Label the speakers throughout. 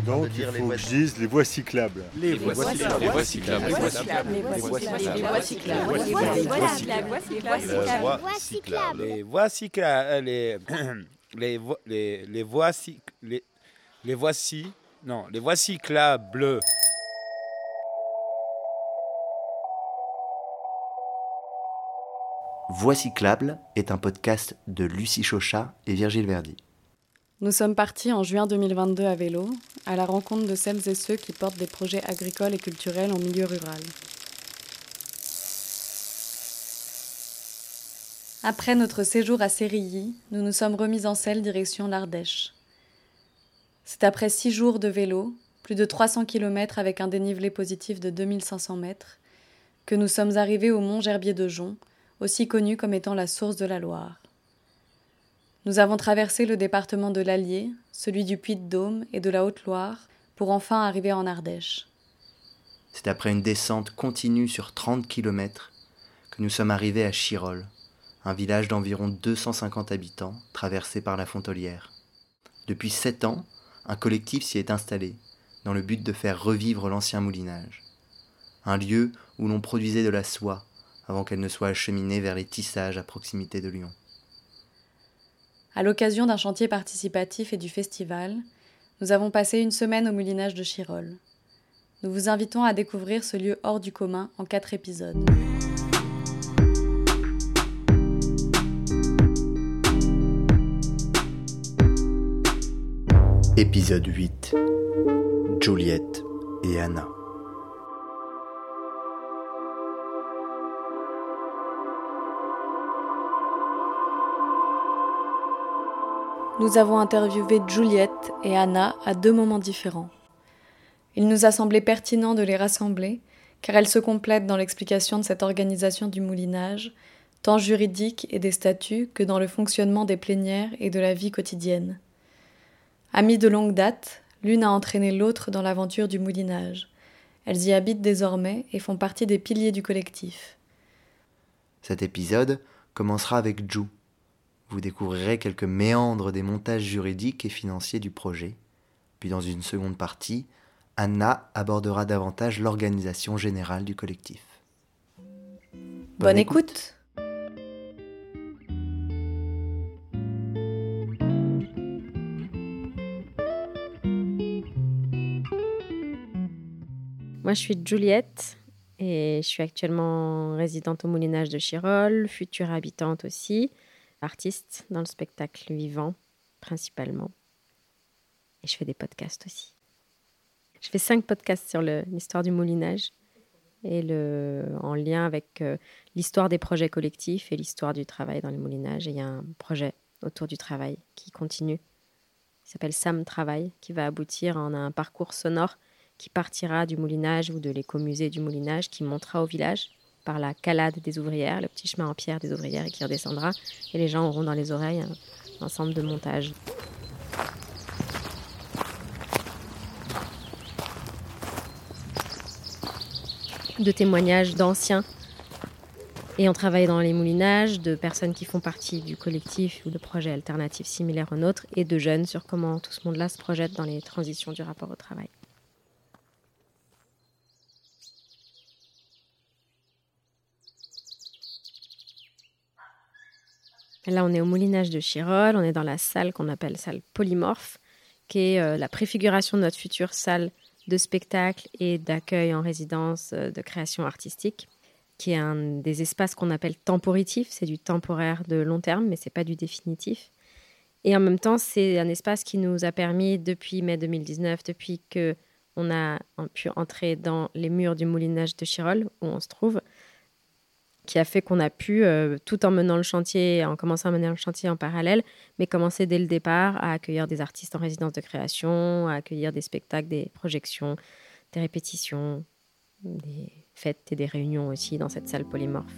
Speaker 1: en train de
Speaker 2: Donc il
Speaker 1: dire les
Speaker 2: faut
Speaker 1: voies
Speaker 2: que je dise les voies cyclables.
Speaker 3: Les voies cyclables.
Speaker 1: Les voies cyclables.
Speaker 3: Les voies cyclables.
Speaker 1: Les voies cyclables.
Speaker 3: Les voies cyclables.
Speaker 1: Les voies cyclables. Les voies cyclables.
Speaker 4: Voix cyclable est un podcast de Lucie Chauchat et Virgile Verdi.
Speaker 5: Nous sommes partis en juin 2022 à vélo, à la rencontre de celles et ceux qui portent des projets agricoles et culturels en milieu rural. Après notre séjour à Sérilly, nous nous sommes remis en selle direction l'Ardèche. C'est après 6 jours de vélo, plus de 300 km avec un dénivelé positif de 2500 mètres, que nous sommes arrivés au mont Gerbier de Jonc, aussi connu comme étant la source de la Loire. Nous avons traversé le département de l'Allier, celui du Puy-de-Dôme et de la Haute-Loire, pour enfin arriver en Ardèche.
Speaker 4: C'est après une descente continue sur 30 km que nous sommes arrivés à Chirolles, un village d'environ 250 habitants traversé par la Fontolière. Depuis 7 ans, un collectif s'y est installé, dans le but de faire revivre l'ancien moulinage. Un lieu où l'on produisait de la soie, avant qu'elle ne soit acheminée vers les tissages à proximité de Lyon.
Speaker 5: À l'occasion d'un chantier participatif et du festival, nous avons passé une semaine au moulinage de Chirolles. Nous vous invitons à découvrir ce lieu hors du commun en 4 épisodes.
Speaker 4: Épisode 8. Juliette et Anna.
Speaker 5: Nous avons interviewé Juliette et Anna à 2 moments différents. Il nous a semblé pertinent de les rassembler, car elles se complètent dans l'explication de cette organisation du moulinage, tant juridique et des statuts que dans le fonctionnement des plénières et de la vie quotidienne. Amies de longue date, l'une a entraîné l'autre dans l'aventure du moulinage. Elles y habitent désormais et font partie des piliers du collectif.
Speaker 4: Cet épisode commencera avec Ju. Vous découvrirez quelques méandres des montages juridiques et financiers du projet. Puis dans une seconde partie, Anna abordera davantage l'organisation générale du collectif.
Speaker 5: Bonne écoute.
Speaker 6: Moi, je suis Juliette et je suis actuellement résidente au moulinage de Chirolles, future habitante aussi, artiste dans le spectacle vivant principalement. Et je fais des podcasts aussi. Je fais 5 podcasts sur l'histoire du moulinage et en lien avec l'histoire des projets collectifs et l'histoire du travail dans les moulinages. Et il y a un projet autour du travail qui continue. Il s'appelle Sam Travail, qui va aboutir en un parcours sonore qui partira du moulinage ou de l'écomusée du moulinage, qui montera au village par la calade des ouvrières, le petit chemin en pierre des ouvrières, et qui redescendra. Et les gens auront dans les oreilles un ensemble de montages. De témoignages d'anciens ayant travaillé dans les moulinages, de personnes qui font partie du collectif ou de projets alternatifs similaires aux nôtres, et de jeunes sur comment tout ce monde-là se projette dans les transitions du rapport au travail. Là, on est au moulinage de Chirolles, on est dans la salle qu'on appelle salle polymorphe, qui est la préfiguration de notre future salle de spectacle et d'accueil en résidence de création artistique, qui est un des espaces qu'on appelle temporitif. C'est du temporaire de long terme, mais ce n'est pas du définitif. Et en même temps, c'est un espace qui nous a permis, depuis mai 2019, depuis qu'on a pu entrer dans les murs du moulinage de Chirolles, où on se trouve, qui a fait qu'on a pu, tout en menant le chantier, en commençant à mener le chantier en parallèle, mais commencer dès le départ à accueillir des artistes en résidence de création, à accueillir des spectacles, des projections, des répétitions, des fêtes et des réunions aussi dans cette salle polymorphe.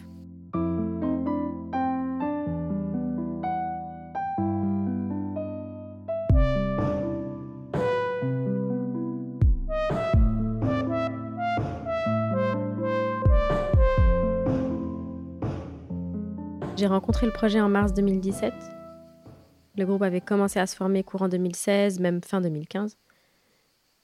Speaker 6: J'ai rencontré le projet en mars 2017. Le groupe avait commencé à se former courant 2016, même fin 2015.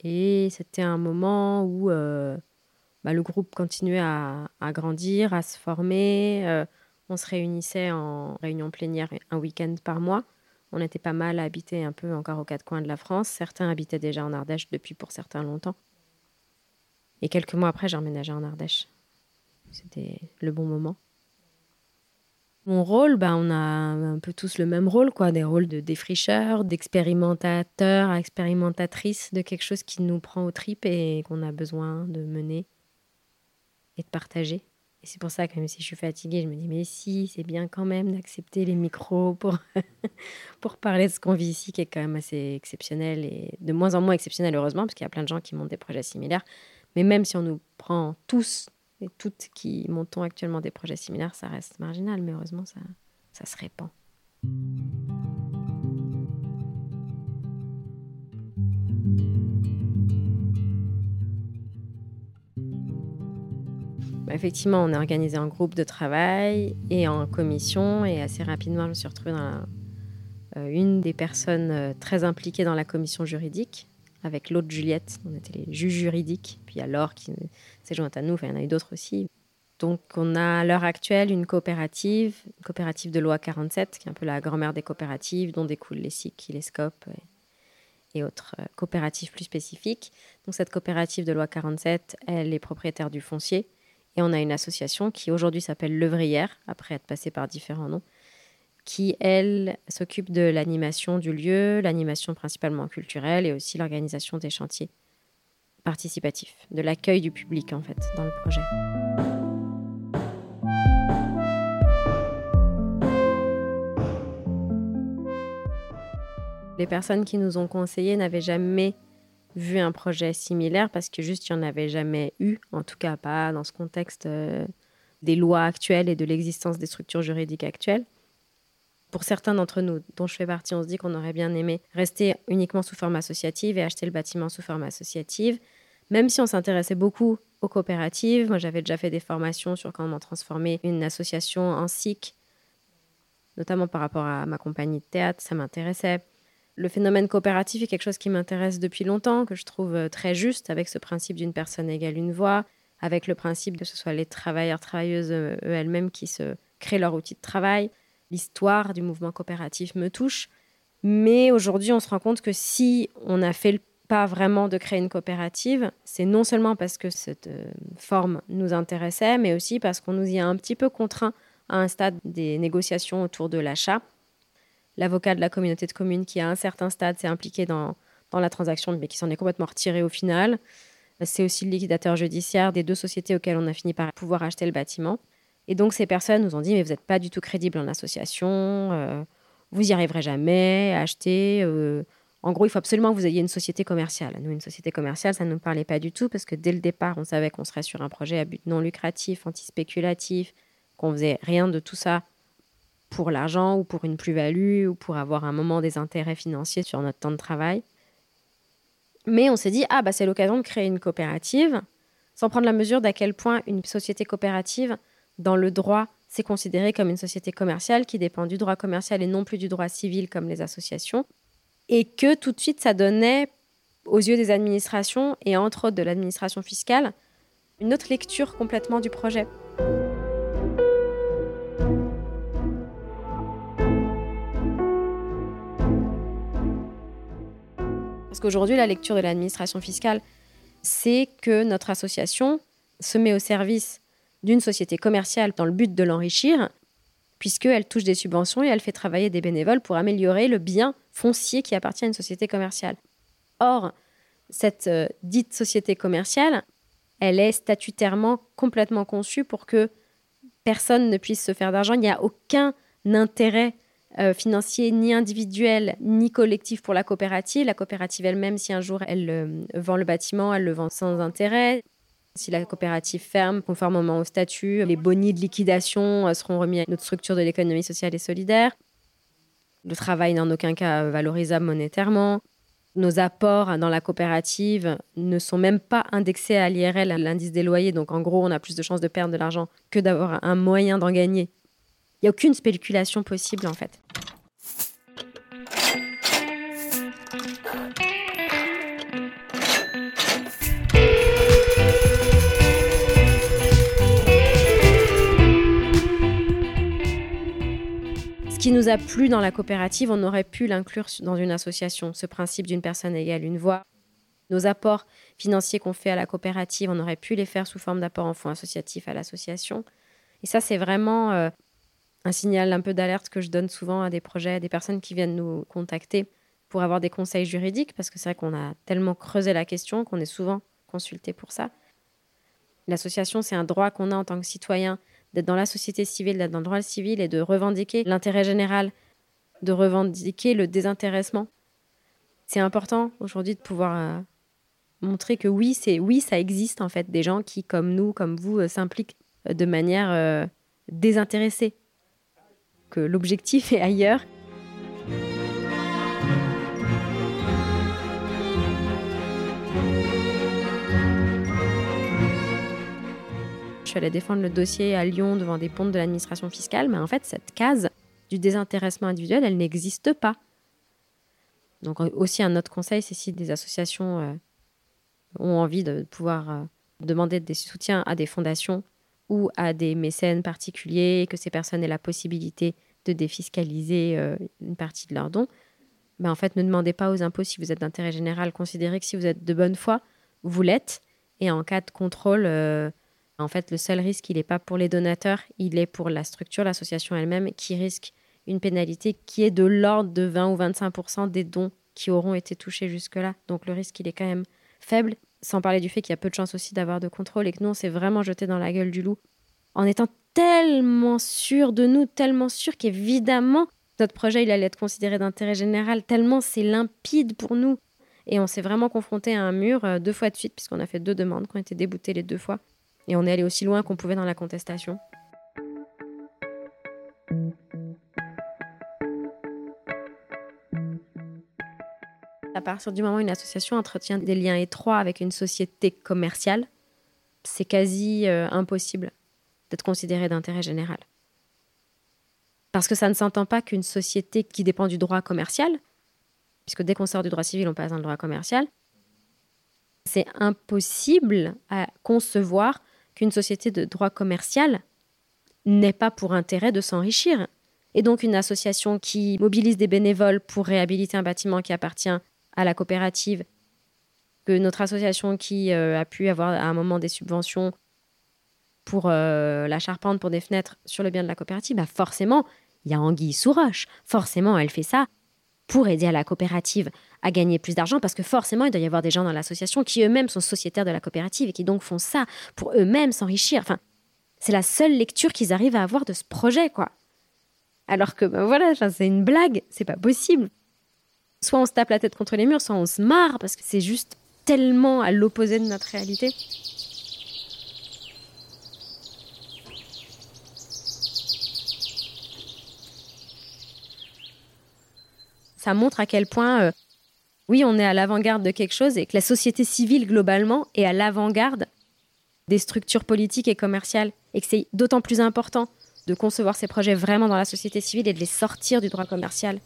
Speaker 6: Et c'était un moment où le groupe continuait à grandir, à se former. On se réunissait en réunion plénière un week-end par mois. On était pas mal à habiter un peu encore aux quatre coins de la France. Certains habitaient déjà en Ardèche depuis pour certains longtemps. Et quelques mois après, j'ai emménagé en Ardèche. C'était le bon moment. Mon rôle, on a un peu tous le même rôle, quoi. Des rôles de défricheurs, d'expérimentateurs, expérimentatrices de quelque chose qui nous prend aux tripes et qu'on a besoin de mener et de partager. Et c'est pour ça que même si je suis fatiguée, je me dis mais si, c'est bien quand même d'accepter les micros pour, pour parler de ce qu'on vit ici, qui est quand même assez exceptionnel et de moins en moins exceptionnel, heureusement, parce qu'il y a plein de gens qui montent des projets similaires. Mais même si on nous prend tous et toutes qui montons actuellement des projets similaires, ça reste marginal, mais heureusement, ça se répand. Effectivement, on est organisé en groupe de travail et en commission, et assez rapidement, je me suis retrouvée dans une des personnes très impliquées dans la commission juridique, avec l'autre Juliette, on était les juges juridiques, puis il y a Laure qui s'est jointe à nous, il y en a eu d'autres aussi. Donc on a à l'heure actuelle une coopérative de loi 47, qui est un peu la grand-mère des coopératives, dont découlent les SIC, les SCOP et autres coopératives plus spécifiques. Donc cette coopérative de loi 47, elle est propriétaire du foncier, et on a une association qui aujourd'hui s'appelle l'Œuvrière, après être passée par différents noms, qui, elle, s'occupe de l'animation du lieu, l'animation principalement culturelle et aussi l'organisation des chantiers participatifs, de l'accueil du public, en fait, dans le projet. Les personnes qui nous ont conseillé n'avaient jamais vu un projet similaire parce que juste, il n'y en avait jamais eu, en tout cas pas dans ce contexte des lois actuelles et de l'existence des structures juridiques actuelles. Pour certains d'entre nous, dont je fais partie, on se dit qu'on aurait bien aimé rester uniquement sous forme associative et acheter le bâtiment sous forme associative, même si on s'intéressait beaucoup aux coopératives. Moi, j'avais déjà fait des formations sur comment transformer une association en SIC, notamment par rapport à ma compagnie de théâtre, ça m'intéressait. Le phénomène coopératif est quelque chose qui m'intéresse depuis longtemps, que je trouve très juste, avec ce principe d'une personne égale une voix, avec le principe que ce soit les travailleurs, travailleuses eux-mêmes qui se créent leur outil de travail. L'histoire du mouvement coopératif me touche. Mais aujourd'hui, on se rend compte que si on a fait le pas vraiment de créer une coopérative, c'est non seulement parce que cette forme nous intéressait, mais aussi parce qu'on nous y a un petit peu contraints à un stade des négociations autour de l'achat. L'avocat de la communauté de communes qui, à un certain stade, s'est impliqué dans la transaction, mais qui s'en est complètement retiré au final. C'est aussi le liquidateur judiciaire des deux sociétés auxquelles on a fini par pouvoir acheter le bâtiment. Et donc, ces personnes nous ont dit « mais vous n'êtes pas du tout crédible en association, vous n'y arriverez jamais à acheter. En gros, il faut absolument que vous ayez une société commerciale. » Nous, une société commerciale, ça ne nous parlait pas du tout parce que dès le départ, on savait qu'on serait sur un projet à but non lucratif, anti-spéculatif, qu'on ne faisait rien de tout ça pour l'argent ou pour une plus-value ou pour avoir un moment des intérêts financiers sur notre temps de travail. Mais on s'est dit « c'est l'occasion de créer une coopérative » sans prendre la mesure d'à quel point une société coopérative dans le droit, c'est considéré comme une société commerciale qui dépend du droit commercial et non plus du droit civil comme les associations. Et que tout de suite, ça donnait, aux yeux des administrations, et entre autres de l'administration fiscale, une autre lecture complètement du projet. Parce qu'aujourd'hui, la lecture de l'administration fiscale, c'est que notre association se met au service d'une société commerciale dans le but de l'enrichir, puisqu'elle touche des subventions et elle fait travailler des bénévoles pour améliorer le bien foncier qui appartient à une société commerciale. Or, cette dite société commerciale, elle est statutairement complètement conçue pour que personne ne puisse se faire d'argent. Il n'y a aucun intérêt financier, ni individuel, ni collectif pour la coopérative. La coopérative elle-même, si un jour elle vend le bâtiment, elle le vend sans intérêt. Si la coopérative ferme, conformément au statut, les bonis de liquidation seront remis à notre structure de l'économie sociale et solidaire. Le travail n'est en aucun cas valorisable monétairement. Nos apports dans la coopérative ne sont même pas indexés à l'IRL, à l'indice des loyers. Donc en gros, on a plus de chances de perdre de l'argent que d'avoir un moyen d'en gagner. Il n'y a aucune spéculation possible en fait. qui nous a plu dans la coopérative, on aurait pu l'inclure dans une association. Ce principe d'une personne égale une voix. Nos apports financiers qu'on fait à la coopérative, on aurait pu les faire sous forme d'apport en fonds associatifs à l'association. Et ça, c'est vraiment un signal un peu d'alerte que je donne souvent à des projets, à des personnes qui viennent nous contacter pour avoir des conseils juridiques, parce que c'est vrai qu'on a tellement creusé la question qu'on est souvent consulté pour ça. L'association, c'est un droit qu'on a en tant que citoyen d'être dans la société civile, d'être dans le droit civil et de revendiquer l'intérêt général, de revendiquer le désintéressement. C'est important aujourd'hui de pouvoir montrer que oui, ça existe en fait, des gens qui, comme nous, comme vous, s'impliquent de manière désintéressée, que l'objectif est ailleurs. Je suis allée défendre le dossier à Lyon devant des pontes de l'administration fiscale, mais en fait, cette case du désintéressement individuel, elle n'existe pas. Donc aussi un autre conseil, c'est si des associations ont envie de pouvoir demander des soutiens à des fondations ou à des mécènes particuliers, que ces personnes aient la possibilité de défiscaliser une partie de leurs dons, en fait, ne demandez pas aux impôts si vous êtes d'intérêt général. Considérez que si vous êtes de bonne foi, vous l'êtes. Et en cas de contrôle, en fait, le seul risque, il n'est pas pour les donateurs, il est pour la structure, l'association elle-même, qui risque une pénalité qui est de l'ordre de 20 ou 25% des dons qui auront été touchés jusque-là. Donc le risque, il est quand même faible, sans parler du fait qu'il y a peu de chances aussi d'avoir de contrôle et que nous, on s'est vraiment jeté dans la gueule du loup en étant tellement sûr de nous, tellement sûr qu'évidemment, notre projet, il allait être considéré d'intérêt général, tellement c'est limpide pour nous. Et on s'est vraiment confronté à un mur 2 fois de suite, puisqu'on a fait 2 demandes, qui ont été déboutées les 2 fois. Et on est allé aussi loin qu'on pouvait dans la contestation. À partir du moment où une association entretient des liens étroits avec une société commerciale, c'est quasi impossible d'être considéré d'intérêt général. Parce que ça ne s'entend pas qu'une société qui dépend du droit commercial, puisque dès qu'on sort du droit civil, on passe dans le droit commercial, c'est impossible à concevoir qu'une société de droit commercial n'ait pas pour intérêt de s'enrichir. Et donc une association qui mobilise des bénévoles pour réhabiliter un bâtiment qui appartient à la coopérative, que notre association qui a pu avoir à un moment des subventions pour la charpente, pour des fenêtres sur le bien de la coopérative, forcément, il y a anguille sous roche. Forcément, elle fait ça pour aider à la coopérative à gagner plus d'argent, parce que forcément, il doit y avoir des gens dans l'association qui eux-mêmes sont sociétaires de la coopérative et qui donc font ça pour eux-mêmes s'enrichir. Enfin, c'est la seule lecture qu'ils arrivent à avoir de ce projet, quoi. Alors que, voilà, c'est une blague, c'est pas possible. Soit on se tape la tête contre les murs, soit on se marre, parce que c'est juste tellement à l'opposé de notre réalité. Ça montre à quel point, oui, on est à l'avant-garde de quelque chose et que la société civile, globalement, est à l'avant-garde des structures politiques et commerciales. Et que c'est d'autant plus important de concevoir ces projets vraiment dans la société civile et de les sortir du droit commercial.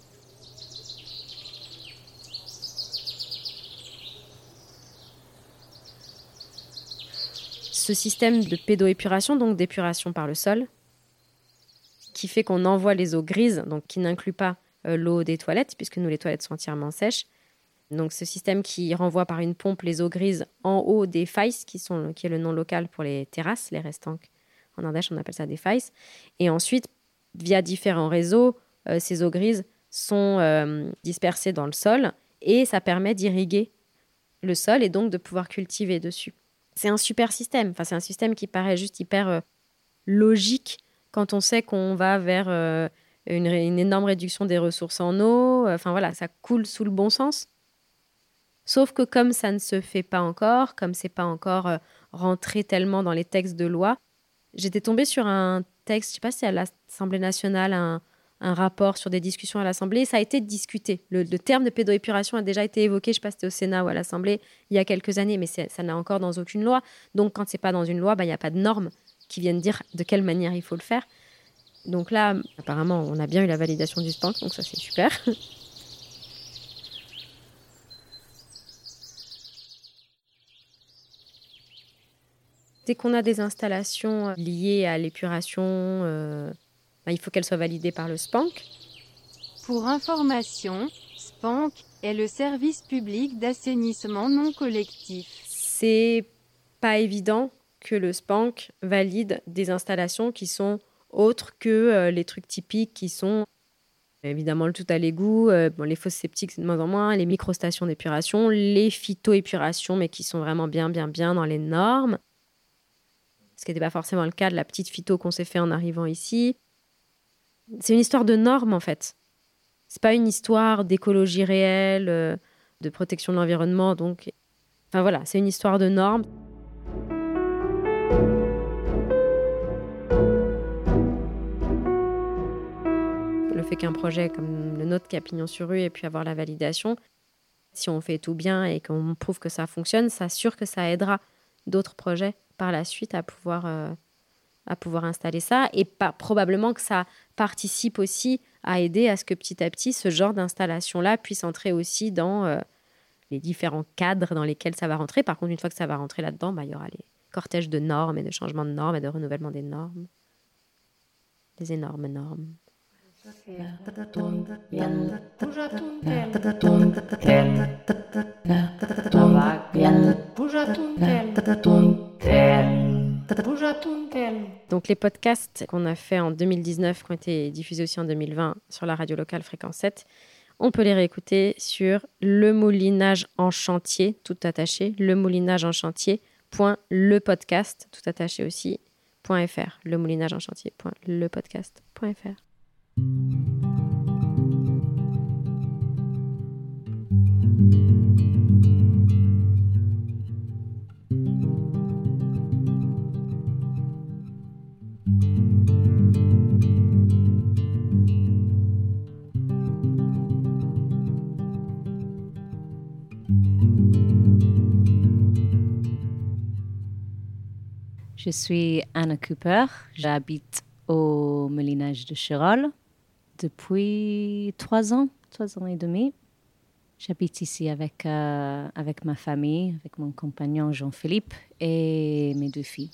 Speaker 6: Ce système de pédoépuration, donc d'épuration par le sol, qui fait qu'on envoie les eaux grises, donc qui n'inclut pas l'eau des toilettes, puisque nous, les toilettes sont entièrement sèches. Donc, ce système qui renvoie par une pompe les eaux grises en haut des failles, qui est le nom local pour les terrasses, les restanques. En Ardèche, on appelle ça des failles. Et ensuite, via différents réseaux, ces eaux grises sont dispersées dans le sol et ça permet d'irriguer le sol et donc de pouvoir cultiver dessus. C'est un super système. Enfin, c'est un système qui paraît juste hyper logique quand on sait qu'on va vers une énorme réduction des ressources en eau. Enfin voilà, ça coule sous le bon sens. Sauf que comme ça ne se fait pas encore, comme c'est pas encore rentré tellement dans les textes de loi, j'étais tombée sur un texte, je sais pas si c'est à l'Assemblée nationale, un rapport sur des discussions à l'Assemblée, et ça a été discuté. Le terme de pédoépuration a déjà été évoqué, je sais pas si c'était au Sénat ou à l'Assemblée, il y a quelques années, mais ça n'a encore dans aucune loi. Donc quand c'est pas dans une loi, il n'y a pas de normes qui viennent dire de quelle manière il faut le faire. Donc là, apparemment, on a bien eu la validation du SPANC, donc ça c'est super. Dès qu'on a des installations liées à l'épuration, il faut qu'elles soient validées par le SPANC.
Speaker 2: Pour information, SPANC est le service public d'assainissement non collectif.
Speaker 6: C'est pas évident que le SPANC valide des installations qui sont autres que les trucs typiques qui sont évidemment le tout à l'égout, les fosses septiques c'est de moins en moins, les microstations d'épuration, les phytoépurations mais qui sont vraiment bien dans les normes. Ce qui n'était pas forcément le cas de la petite phyto qu'on s'est fait en arrivant ici. C'est une histoire de normes en fait. C'est pas une histoire d'écologie réelle, de protection de l'environnement. Donc, enfin voilà, c'est une histoire de normes. Le fait qu'un projet comme le nôtre qui a pignon sur rue ait pu avoir la validation, si on fait tout bien et qu'on prouve que ça fonctionne, c'est sûr que ça aidera d'autres projets par la suite à pouvoir installer ça. Et probablement que ça participe aussi à aider à ce que petit à petit, ce genre d'installation-là puisse entrer aussi dans les différents cadres dans lesquels ça va rentrer. Par contre, une fois que ça va rentrer là-dedans, il y aura les cortèges de normes et de changements de normes et de renouvellement des normes. Des énormes normes. Donc les podcasts qu'on a fait en 2019, qui ont été diffusés aussi en 2020 sur la radio locale Fréquence 7, on peut les réécouter sur Le Moulinage en Chantier, tout attaché, lemoulinageenchantier.lepodcast, tout attaché aussi, .fr, lemoulinageenchantier.lepodcast.fr.
Speaker 3: Je suis Anna Cooper, j'habite au Moulinage de Chirol depuis 3 ans et demi. J'habite ici avec ma famille, avec mon compagnon Jean-Philippe et mes 2 filles.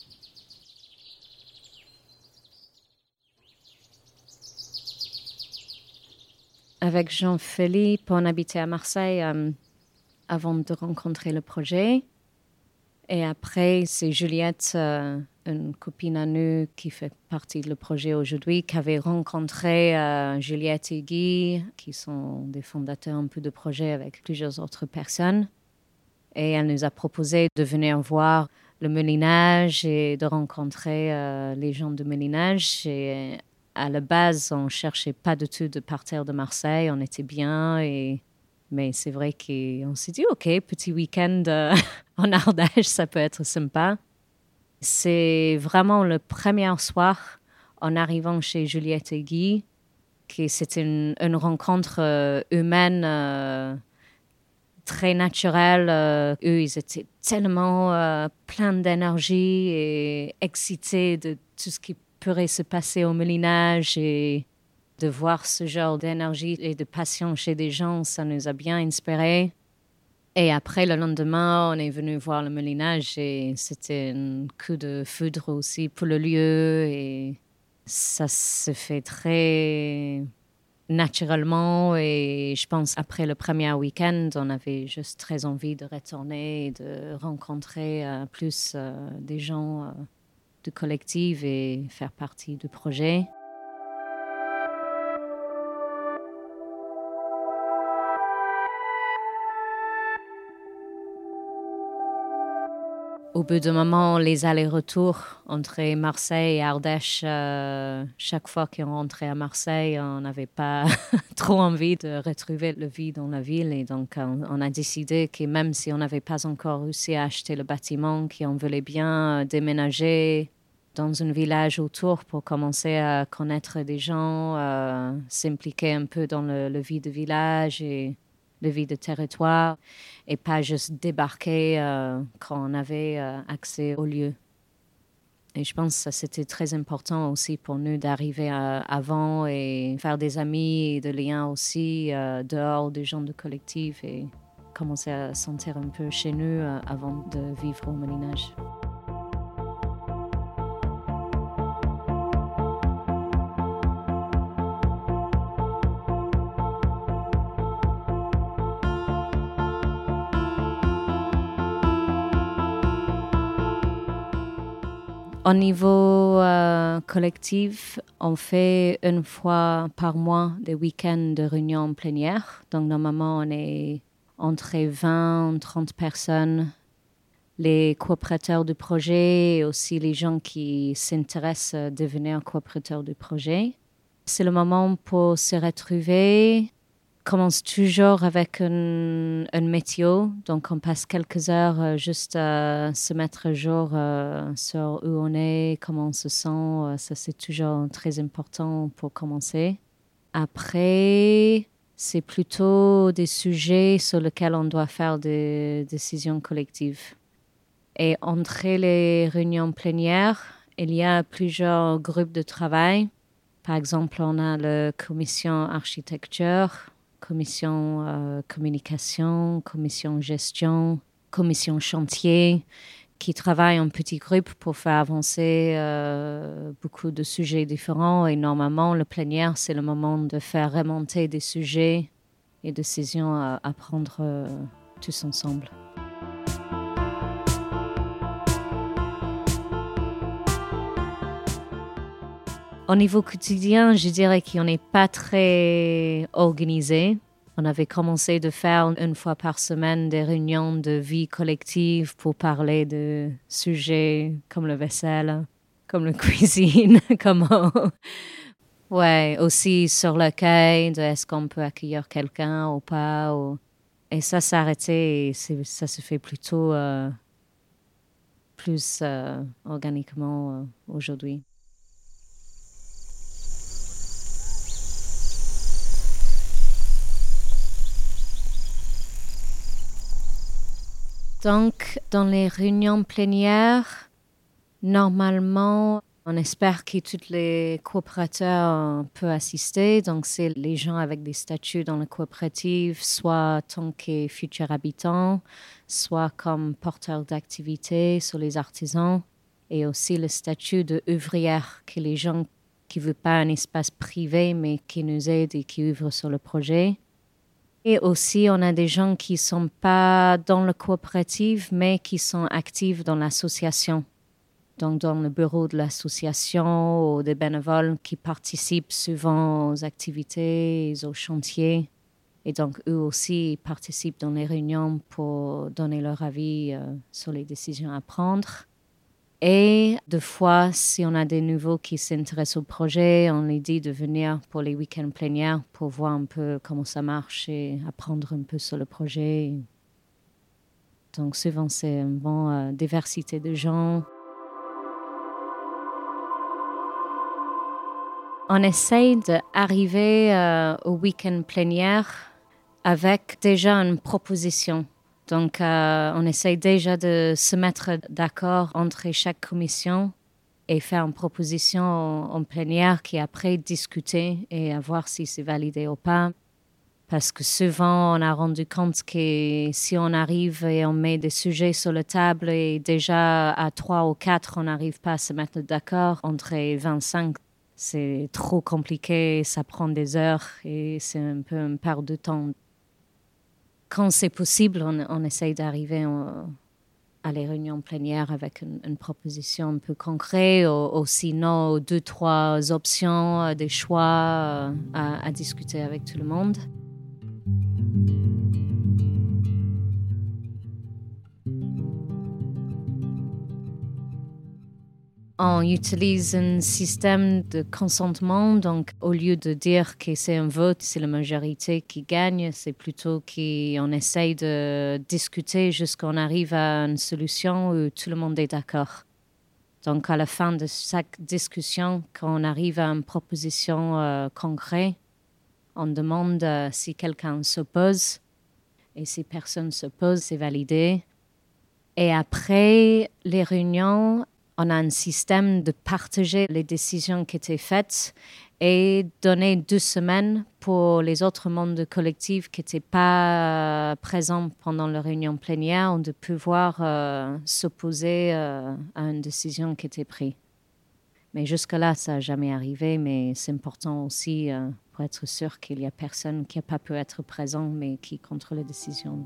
Speaker 3: Avec Jean-Philippe, on habitait à Marseille avant de rencontrer le projet. Et après, c'est Juliette, une copine à nous qui fait partie du projet aujourd'hui, qui avait rencontré Juliette et Guy, qui sont des fondateurs un peu de projet avec plusieurs autres personnes. Et elle nous a proposé de venir voir le moulinage et de rencontrer les gens du moulinage. Et à la base, on ne cherchait pas du tout de partir de Marseille, on était bien mais c'est vrai qu'on s'est dit, OK, petit week-end en Ardèche, ça peut être sympa. C'est vraiment le premier soir, en arrivant chez Juliette et Guy, que c'était une rencontre humaine très naturelle. Eux, ils étaient tellement pleins d'énergie et excités de tout ce qui pourrait se passer au moulinage et de voir ce genre d'énergie et de passion chez des gens, ça nous a bien inspirés. Et après, le lendemain, on est venu voir le moulinage et c'était un coup de foudre aussi pour le lieu. Et ça se fait très naturellement. Et je pense après le premier week-end, on avait juste très envie de retourner et de rencontrer plus des gens du collectif et faire partie du projet. Au bout d'un moment, les allers-retours entre Marseille et Ardèche, chaque fois qu'on rentrait à Marseille, on n'avait pas trop envie de retrouver le vide dans la ville. Et donc, on a décidé que même si on n'avait pas encore réussi à acheter le bâtiment, qu'on voulait bien déménager dans un village autour pour commencer à connaître des gens, s'impliquer un peu dans le vie de village et de vie de territoire et pas juste débarquer quand on avait accès au lieu. Et je pense que ça, c'était très important aussi pour nous d'arriver avant et faire des amis et des liens aussi dehors des gens du collectif et commencer à sentir un peu chez nous avant de vivre au moulinage. Au niveau collectif, on fait une fois par mois des week-ends de réunions plénières. Donc normalement, on est entre 20 et 30 personnes, les coopérateurs du projet et aussi les gens qui s'intéressent à devenir coopérateurs du projet. C'est le moment pour se retrouver. On commence toujours avec un météo, donc on passe quelques heures juste à se mettre à jour sur où on est, comment on se sent. Ça, c'est toujours très important pour commencer. Après, c'est plutôt des sujets sur lesquels on doit faire des décisions collectives. Et entre les réunions plénières, il y a plusieurs groupes de travail. Par exemple, on a la commission architecture, commission communication, commission gestion, commission chantier, qui travaillent en petits groupes pour faire avancer beaucoup de sujets différents. Et normalement, le plénière, c'est le moment de faire remonter des sujets et décisions à prendre tous ensemble. Au niveau quotidien, je dirais qu'on n'est pas très organisé. On avait commencé de faire une fois par semaine des réunions de vie collective pour parler de sujets comme le vaisselle, comme la cuisine, Ouais, aussi sur l'accueil, de est-ce qu'on peut accueillir quelqu'un ou pas. Et ça s'est arrêté et ça se fait plutôt plus organiquement aujourd'hui. Donc, dans les réunions plénières, normalement, on espère que tous les coopérateurs peuvent assister. Donc, c'est les gens avec des statuts dans la coopérative, soit tant que futurs habitants, soit comme porteurs d'activités sur les artisans, et aussi le statut d'ouvrière, que les gens qui ne veulent pas un espace privé, mais qui nous aident et qui ouvrent sur le projet. Et aussi, on a des gens qui ne sont pas dans la coopérative, mais qui sont actifs dans l'association. Donc, dans le bureau de l'association ou des bénévoles qui participent souvent aux activités, aux chantiers. Et donc, eux aussi ils participent dans les réunions pour donner leur avis sur les décisions à prendre. Et des fois, si on a des nouveaux qui s'intéressent au projet, on les dit de venir pour les week-ends plénières pour voir un peu comment ça marche et apprendre un peu sur le projet. Donc souvent, c'est une bonne diversité de gens. On essaye d'arriver au week-end plénière avec déjà une proposition. Donc, on essaye déjà de se mettre d'accord entre chaque commission et faire une proposition en plénière qui est après discuter et à voir si c'est validé ou pas. Parce que souvent, on a rendu compte que si on arrive et on met des sujets sur la table et déjà à 3 ou 4, on n'arrive pas à se mettre d'accord entre 25, c'est trop compliqué, ça prend des heures et c'est un peu une perte de temps. Quand c'est possible, on essaye d'arriver à les réunions plénières avec une proposition un peu concrète ou sinon 2-3 options, des choix à discuter avec tout le monde. On utilise un système de consentement, donc au lieu de dire que c'est un vote, c'est la majorité qui gagne, c'est plutôt qu'on essaye de discuter jusqu'à qu'on arrive à une solution où tout le monde est d'accord. Donc à la fin de chaque discussion, quand on arrive à une proposition concrète, on demande si quelqu'un s'oppose, et si personne s'oppose, c'est validé. Et après les réunions, on a un système de partager les décisions qui étaient faites et donner 2 semaines pour les autres membres du collectif qui n'étaient pas présents pendant la réunion plénière de pouvoir s'opposer à une décision qui était prise. Mais jusque-là, ça n'a jamais arrivé, mais c'est important aussi pour être sûr qu'il n'y a personne qui n'a pas pu être présent, mais qui contre la décision.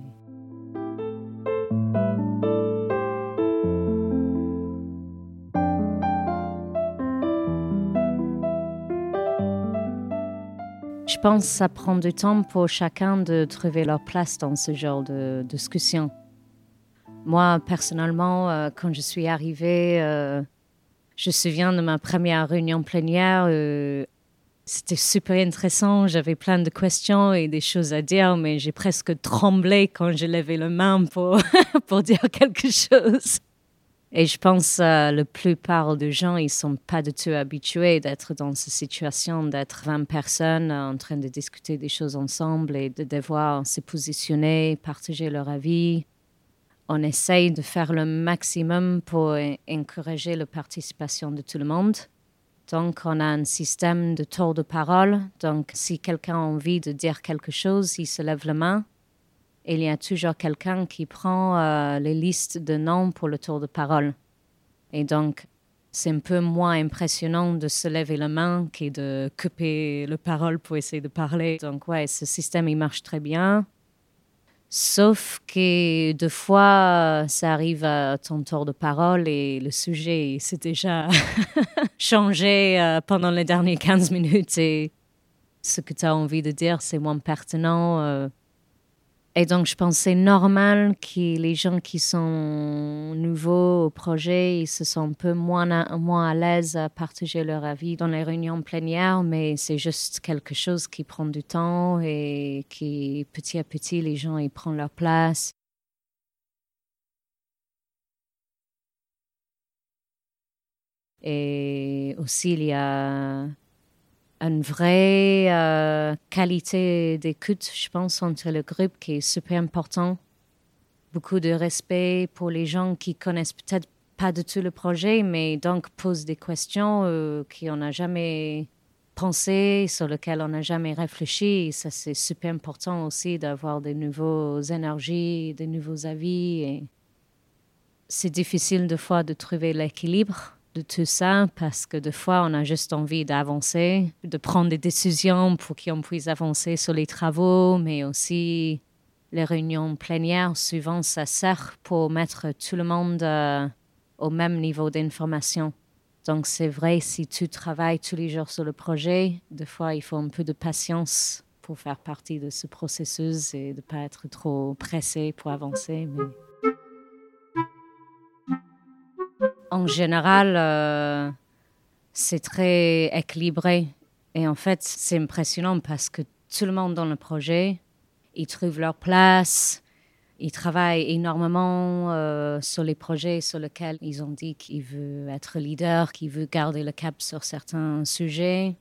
Speaker 3: Je pense que ça prend du temps pour chacun de trouver leur place dans ce genre de discussion. Moi, personnellement, quand je suis arrivée, je me souviens de ma première réunion plénière. C'était super intéressant. J'avais plein de questions et des choses à dire, mais j'ai presque tremblé quand je levais la main pour dire quelque chose. Et je pense que la plupart des gens, ils ne sont pas du tout habitués d'être dans cette situation, d'être 20 personnes en train de discuter des choses ensemble et de devoir se positionner, partager leur avis. On essaye de faire le maximum pour encourager la participation de tout le monde. Donc, on a un système de tour de parole. Donc, si quelqu'un a envie de dire quelque chose, il se lève la main. Et il y a toujours quelqu'un qui prend les listes de noms pour le tour de parole. Et donc, c'est un peu moins impressionnant de se lever la main que de couper la parole pour essayer de parler. Donc, ouais, ce système, il marche très bien. Sauf que deux fois, ça arrive à ton tour de parole et le sujet s'est déjà changé pendant les dernières 15 minutes. Et ce que tu as envie de dire, c'est moins pertinent. Et donc, je pense que c'est normal que les gens qui sont nouveaux au projet, ils se sentent un peu moins à l'aise à partager leur avis dans les réunions plénières, mais c'est juste quelque chose qui prend du temps et qui, petit à petit, les gens ils prennent leur place. Et aussi, il y a une vraie qualité d'écoute, je pense, entre le groupe qui est super important. Beaucoup de respect pour les gens qui connaissent peut-être pas du tout le projet, mais donc posent des questions qu'on n'a jamais pensé, sur lesquelles on n'a jamais réfléchi. Et ça, c'est super important aussi d'avoir des nouvelles énergies, des nouveaux avis. Et c'est difficile des fois de trouver l'équilibre de tout ça, parce que des fois, on a juste envie d'avancer, de prendre des décisions pour qu'on puisse avancer sur les travaux, mais aussi les réunions plénières, souvent, ça sert pour mettre tout le monde au même niveau d'information. Donc, c'est vrai, si tu travailles tous les jours sur le projet, des fois, il faut un peu de patience pour faire partie de ce processus et de ne pas être trop pressé pour avancer, mais... En général, c'est très équilibré. Et en fait, c'est impressionnant parce que tout le monde dans le projet, ils trouvent leur place, ils travaillent énormément sur les projets sur lesquels ils ont dit qu'ils veulent être leaders, qu'ils veulent garder le cap sur certains sujets.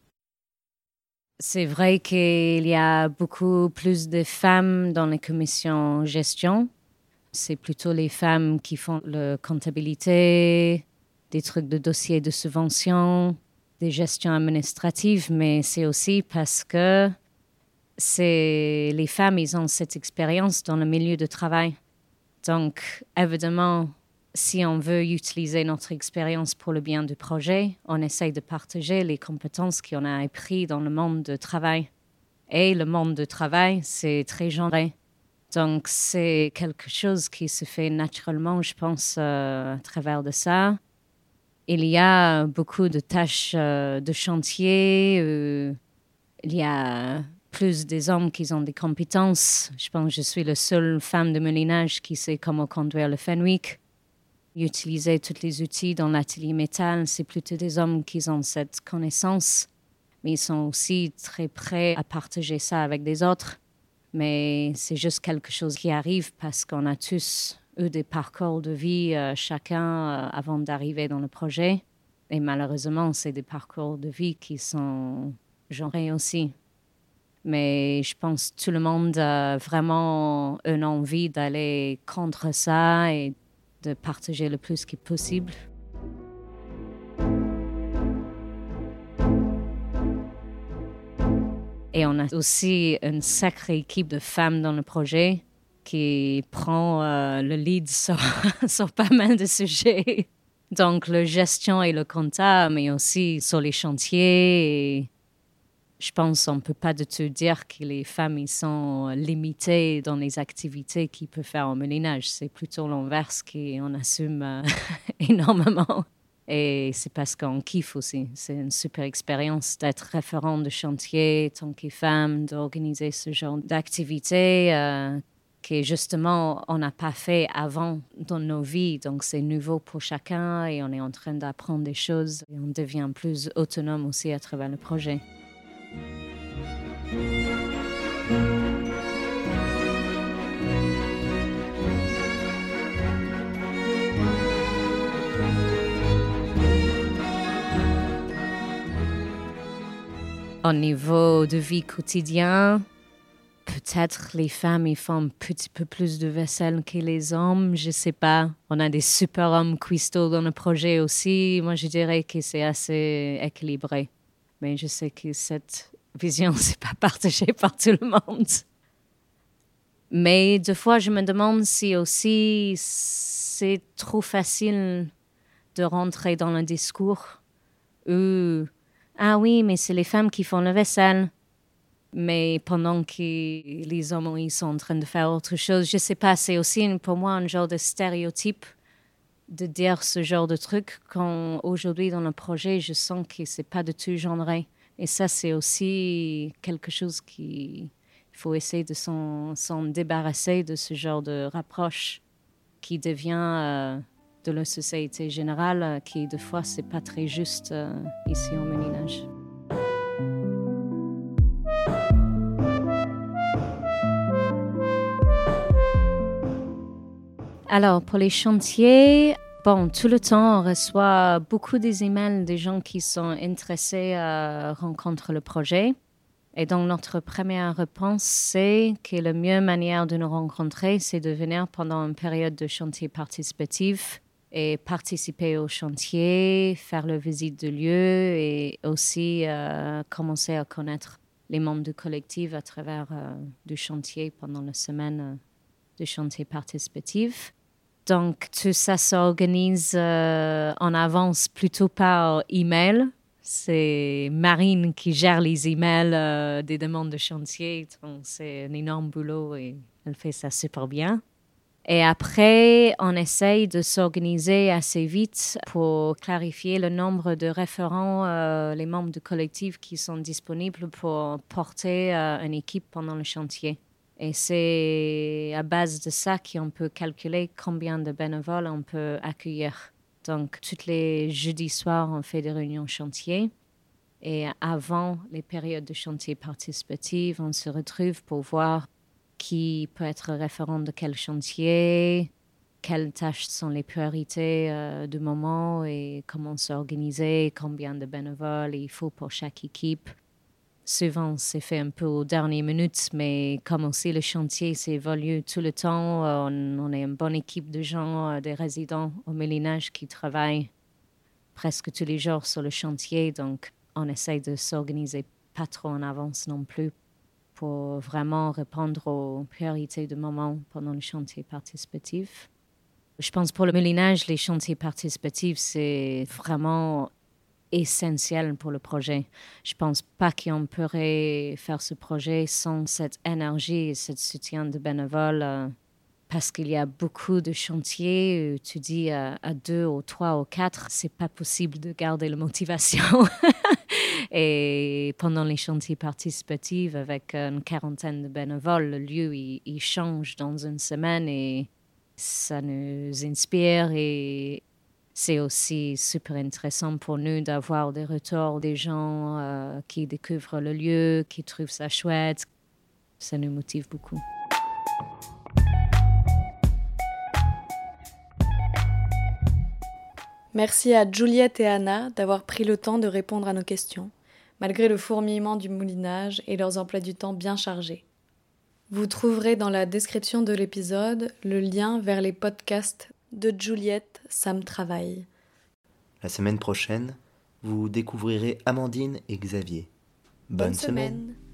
Speaker 3: C'est vrai qu'il y a beaucoup plus de femmes dans les commissions gestion. C'est plutôt les femmes qui font la comptabilité, des trucs de dossiers de subvention, des gestions administratives, mais c'est aussi parce que les femmes, ils ont cette expérience dans le milieu de travail. Donc, évidemment, si on veut utiliser notre expérience pour le bien du projet, on essaye de partager les compétences qu'on a apprises dans le monde du travail. Et le monde du travail, c'est très genré. Donc, c'est quelque chose qui se fait naturellement, je pense, à travers de ça. Il y a beaucoup de tâches de chantier. Il y a plus des hommes qui ont des compétences. Je pense que je suis la seule femme de moulinage qui sait comment conduire le Fenwick. Utiliser tous les outils dans l'atelier métal, c'est plutôt des hommes qui ont cette connaissance. Mais ils sont aussi très prêts à partager ça avec des autres. Mais c'est juste quelque chose qui arrive parce qu'on a tous eu des parcours de vie, chacun, avant d'arriver dans le projet. Et malheureusement, c'est des parcours de vie qui sont genrés aussi. Mais je pense que tout le monde a vraiment une envie d'aller contre ça et de partager le plus qui est possible. Et on a aussi une sacrée équipe de femmes dans le projet qui prend le lead sur pas mal de sujets. Donc, la gestion et le compta, mais aussi sur les chantiers. Et je pense qu'on ne peut pas du tout dire que les femmes ils sont limitées dans les activités qu'ils peuvent faire en moulinage. C'est plutôt l'inverse qu'on assume énormément. Et c'est parce qu'on kiffe aussi. C'est une super expérience d'être référent de chantier, tant que femme, d'organiser ce genre d'activité que justement on n'a pas fait avant dans nos vies. Donc c'est nouveau pour chacun et on est en train d'apprendre des choses. Et on devient plus autonome aussi à travers le projet. Au niveau de vie quotidienne, peut-être les femmes ils font un petit peu plus de vaisselle que les hommes, je sais pas. On a des super hommes cuistots dans le projet aussi. Moi, je dirais que c'est assez équilibré. Mais je sais que cette vision, c'est pas partagée par tout le monde. Mais des fois, je me demande si aussi c'est trop facile de rentrer dans le discours où ah oui, mais c'est les femmes qui font la vaisselle. Mais pendant que les hommes ils sont en train de faire autre chose, je sais pas, c'est aussi pour moi un genre de stéréotype de dire ce genre de truc quand aujourd'hui dans le projet, je sens que c'est pas du tout genré. Et ça, c'est aussi quelque chose qu'il faut essayer de s'en débarrasser de ce genre de rapproche qui devient de la société générale, qui des fois, c'est pas très juste ici au Moulinage. Alors, pour les chantiers, tout le temps, on reçoit beaucoup des emails des gens qui sont intéressés à rencontrer le projet. Et donc, notre première réponse, c'est que la meilleure manière de nous rencontrer, c'est de venir pendant une période de chantier participatif et participer au chantier, faire la visite de lieu et aussi commencer à connaître les membres du collectif à travers du chantier pendant la semaine de chantier participatif. Donc, tout ça s'organise en avance plutôt par email. C'est Marine qui gère les emails des demandes de chantier. Donc, c'est un énorme boulot et elle fait ça super bien. Et après, on essaye de s'organiser assez vite pour clarifier le nombre de référents, les membres du collectif qui sont disponibles pour porter une équipe pendant le chantier. Et c'est à base de ça qu'on peut calculer combien de bénévoles on peut accueillir. Donc, tous les jeudis soirs, on fait des réunions chantier. Et avant les périodes de chantier participatif, on se retrouve pour voir qui peut être référent de quel chantier, quelles tâches sont les priorités du moment et comment s'organiser, combien de bénévoles il faut pour chaque équipe. Souvent, c'est fait un peu aux dernières minutes, mais comme aussi le chantier s'évolue tout le temps, on est une bonne équipe de gens, des résidents au Moulinage qui travaillent presque tous les jours sur le chantier. Donc, on essaie de s'organiser pas trop en avance non plus pour vraiment répondre aux priorités du moment pendant le chantier participatif. Je pense pour le Moulinage, les chantiers participatifs, c'est vraiment essentiel pour le projet. Je pense pas qu'on pourrait faire ce projet sans cette énergie et ce soutien de bénévoles parce qu'il y a beaucoup de chantiers où tu dis à 2 ou 3 ou 4, c'est pas possible de garder la motivation. Et pendant les chantiers participatifs, avec une quarantaine de bénévoles, le lieu il change dans une semaine et ça nous inspire et c'est aussi super intéressant pour nous d'avoir des retours des gens qui découvrent le lieu, qui trouvent ça chouette. Ça nous motive beaucoup.
Speaker 5: Merci à Juliette et Anna d'avoir pris le temps de répondre à nos questions, malgré le fourmillement du moulinage et leurs emplois du temps bien chargés. Vous trouverez dans la description de l'épisode le lien vers les podcasts de Juliette, ça me travaille.
Speaker 4: La semaine prochaine, vous découvrirez Amandine et Xavier. Bonne semaine.